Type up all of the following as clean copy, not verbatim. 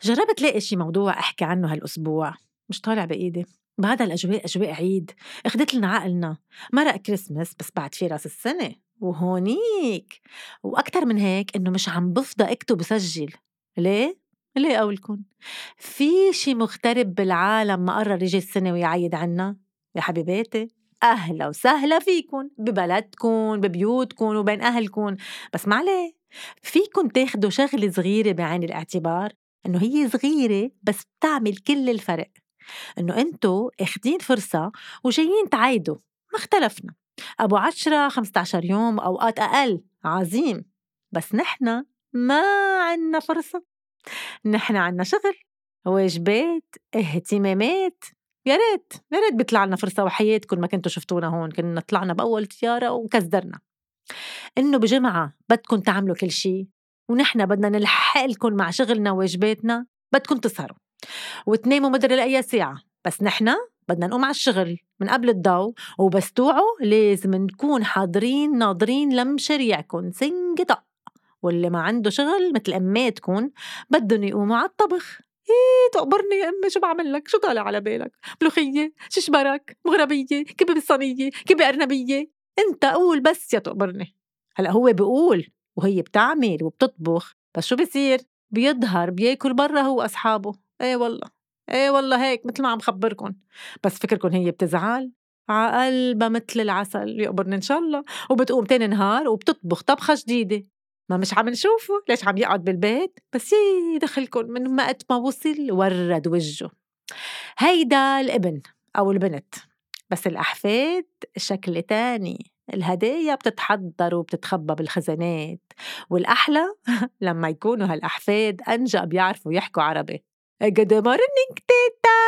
جربت لاقي شي موضوع أحكي عنه هالأسبوع، مش طالع بإيدي. بعد الأجواء أجواء عيد، أخدت لنا عقلنا مرق كريسمس بس بعد في راس السنة وهونيك. وأكتر من هيك إنه مش عم بفضى أكتب وسجل. ليه؟ ليه أقولكن في شي مغترب بالعالم ما قرر يجي السنة ويعيد عنا؟ يا حبيباتي أهلا وسهلا فيكن ببلدكن ببيوتكن وبين أهلكن، بس ما عليه فيكن تاخدوا شغلة صغيرة بعين الاعتبار، إنه هي صغيرة بس بتعمل كل الفرق. إنه أنتوا اخدين فرصة وجايين تعايدوا، ما اختلفنا أبو 10-15 يوم أوقات أقل عظيم، بس نحنا ما عنا فرصة. نحنا عنا شغل، واجبات، اهتمامات. يا ريت بيطلع لنا فرصة، وحياتكم ما كنتوا شفتونا هون كنا طلعنا بأول طيارة وكزدرنا. إنه بجمعة بدكن تعملوا كل شي ونحن بدنا نلحق لكم مع شغلنا وواجباتنا، بدكن تسهروا وتناموا مدري لأي ساعة، بس نحن بدنا نقوم على الشغل من قبل الضوء، وبس توعوا لازم نكون حاضرين ناظرين لمشاريعكن سنجطة. واللي ما عنده شغل مثل أماتكن بدهم يقوموا على الطبخ. إيه تقبرني يا أمي، شو بعمل لك؟ شو طالع على بالك؟ ملوخية، ششبرك، مغربية، كبة بالصينية، كبة أرنبية. أنت قول بس يا تقبرني. هلأ هو بيقول وهي بتعمل وبتطبخ، بس شو بيصير؟ بيظهر بياكل برا هو أصحابه. ايه والله هيك مثل ما عم خبركن. بس فكركن هي بتزعل؟ عقلبها مثل العسل يقبرني إن شاء الله، وبتقوم تاني نهار وبتطبخ طبخة جديدة. ما مش عم نشوفه ليش عم يقعد بالبيت؟ بس يدخلكن من وقت ما وصل ورد وجهه. هيدا الابن أو البنت، بس الأحفاد شكل تاني. الهدايا بتتحضر وبتتخبى بالخزانات، والأحلى لما يكونوا هالأحفاد أنجأ بيعرفوا يحكوا عربي. Good morning تيتا.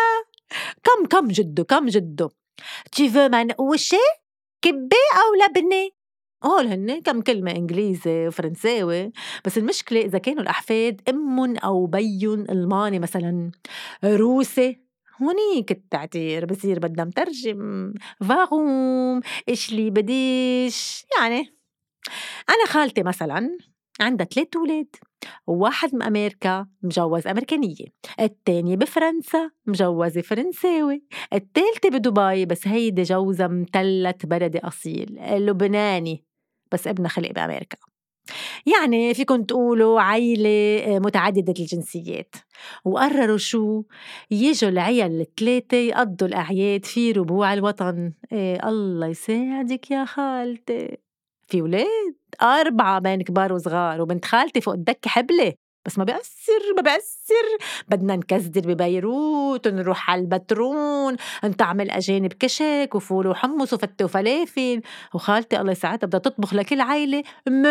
كم جدو tu veux منقوشة كبة أو لبنة؟ هول هن كم كلمة إنجليزي وفرنساوي، بس المشكلة إذا كانوا الأحفاد أمٌ أو بيٌ ألماني مثلاً، روسي، هونيك التعتير بصير بدنا مترجم. فاغوم إيش لي بديش يعني. أنا خالتي مثلاً عندها 3 ولاد، واحد من أمريكا مجوز أمريكانية، التاني بفرنسا مجوزة فرنساوي، التالتة بدبي بس هيدي جوزة متلت بلدي أصيل لبناني، بس ابنها خلق بأمريكا. يعني فيكن تقولوا عيلة متعددة الجنسيات. وقرروا شو؟ يجوا العيال ال3 يقضوا الأعياد في ربوع الوطن. إيه الله يساعدك يا خالتي، في ولاد 4 بين كبار وصغار، وبنت خالتي فوق الدكة حبلة، بس ما بأثر. بدنا نكزدر ببيروت ونروح على البترون نطعمل أجانب كشك وفول وحمص وفتة وفلافل، وخالتي الله يساعدها بدها تطبخ لكل عائلة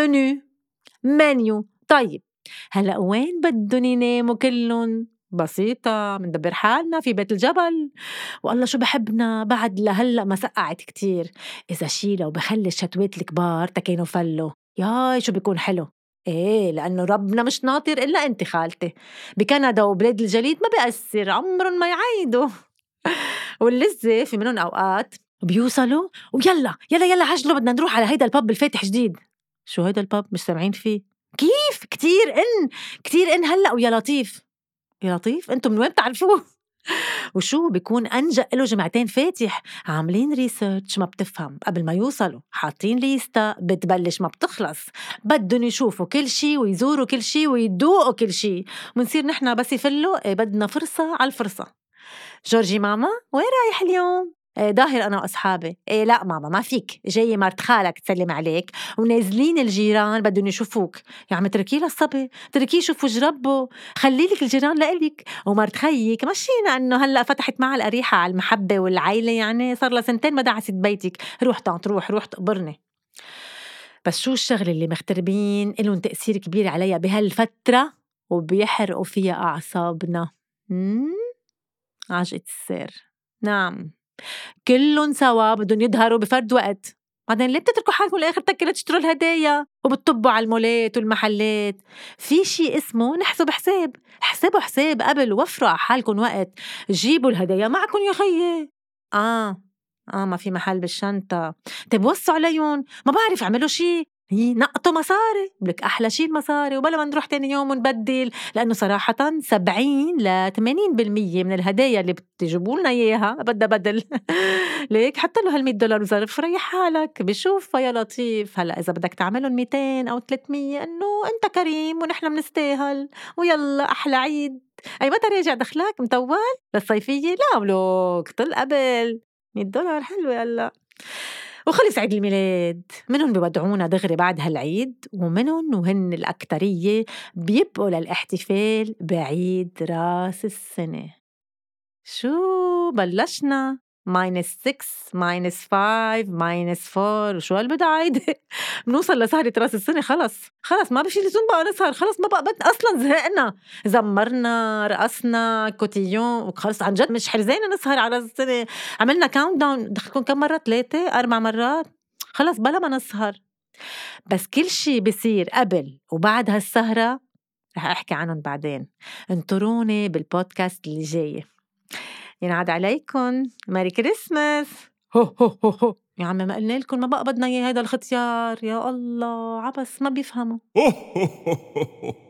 منيو. طيب هلأ وين بدهم يناموا كلن؟ بسيطة، مندبر حالنا في بيت الجبل. والله شو بحبنا بعد لهلأ ما سقعت كتير. إذا شيلة وبخلي الشتوات الكبار تكينوا فلو، ياي شو بيكون حلو. إيه لأنه ربنا مش ناطر إلا أنت خالتي. بكندا وبلاد الجليد ما بيأثر عمرن ما يعيدوا. واللزة في منهم أوقات بيوصلوا ويلا عجلوا بدنا نروح على هيدا الباب الفاتح جديد. شو هيدا الباب مش سامعين فيه؟ كيف كتير إن هلأ. ويا لطيف انتم من وين بتعرفوه؟ وشو بيكون أنجأ له جمعتين فاتح عاملين ريسيرش ما بتفهم قبل ما يوصلوا، حاطين ليستا بتبلش ما بتخلص، بدهم يشوفوا كل شي ويزوروا كل شي ويدوقوا كل شي، ونصير نحنا بس يفلوا بدنا فرصة على الفرصة. جورجي ماما وين رايح اليوم؟ ظاهر أنا وأصحابي. لا ماما ما فيك، جاي مرت خالك تسلم عليك ونازلين الجيران بدهم يشوفوك. يا عم تركي للصبي، تركيه يشوف وجه ربه، خليلك الجيران لإلك. ومرت خيك مشينا إنه هلأ فتحت معها الأريحة على المحبة والعيلة، يعني صار لها 2 ما دعست بيتك. روح روح تقبرني. بس شو الشغل اللي مختربين إلهم تأثير كبير عليها بهالفترة وبيحرقوا فيها أعصابنا؟ عجقة السر. نعم كلهم سوا بدهم يظهروا بفرد وقت. بعدين ليه بتتركوا حالكم لآخر تكة تشتروا الهدايا وبتطبوا على المولات والمحلات؟ في شي اسمه نحسب حساب، حسبوا حساب قبل، وفروا على حالكم وقت، جيبوا الهدايا معكم يا خيي. ما في محل بالشنطة. طيب وصوا عليهم، ما بعرف اعملوا شي. هي نقطوا مصاري، بلك أحلى شي المصاري، وبلا ما نروح تاني يوم ونبدل، لأنه صراحة 70-80% من الهدايا اللي بتجيبوا لنا إياها بدها بدل. ليك حتى له $100 وظرف ريح حالك بشوفها يا لطيف. هلا إذا بدك تعملهم 200 أو 300 إنه أنت كريم ونحن بنستاهل، ويلا أحلى عيد. أي متى راجع دخلك مطول للصيفية؟ لا ملوك طل قبل $100 حلوة. يلا وخلص عيد الميلاد، منهم بيودعونا دغري بعد هالعيد، ومنهم وهن الأكترية بيبقوا للاحتفال بعيد راس السنة. شو بلشنا -6 -5 -4 وشو هالبدع عيدة. بنوصل لسهرة راس السنة خلص ما بفي لزوم بقى نسهر، خلص ما بقى أصلا زهقنا، زمرنا رقصنا كوتيون وخلص عن جد مش حرزينا نسهر على راس السنة. عملنا كاونت داون دخلكم كم مرة 3-4 مرات، خلص بلا ما نسهر. بس كل شي بيصير قبل وبعد هالسهرة رح أحكي عنهم بعدين. انطروني بالبودكاست اللي جاي. ينعاد عليكم ماري كريسماس. هو هو هو هو. يا عمي ما قلنا لكم ما بقى بدنا اياه هيدا الختيار، يا الله عبس ما بيفهموا.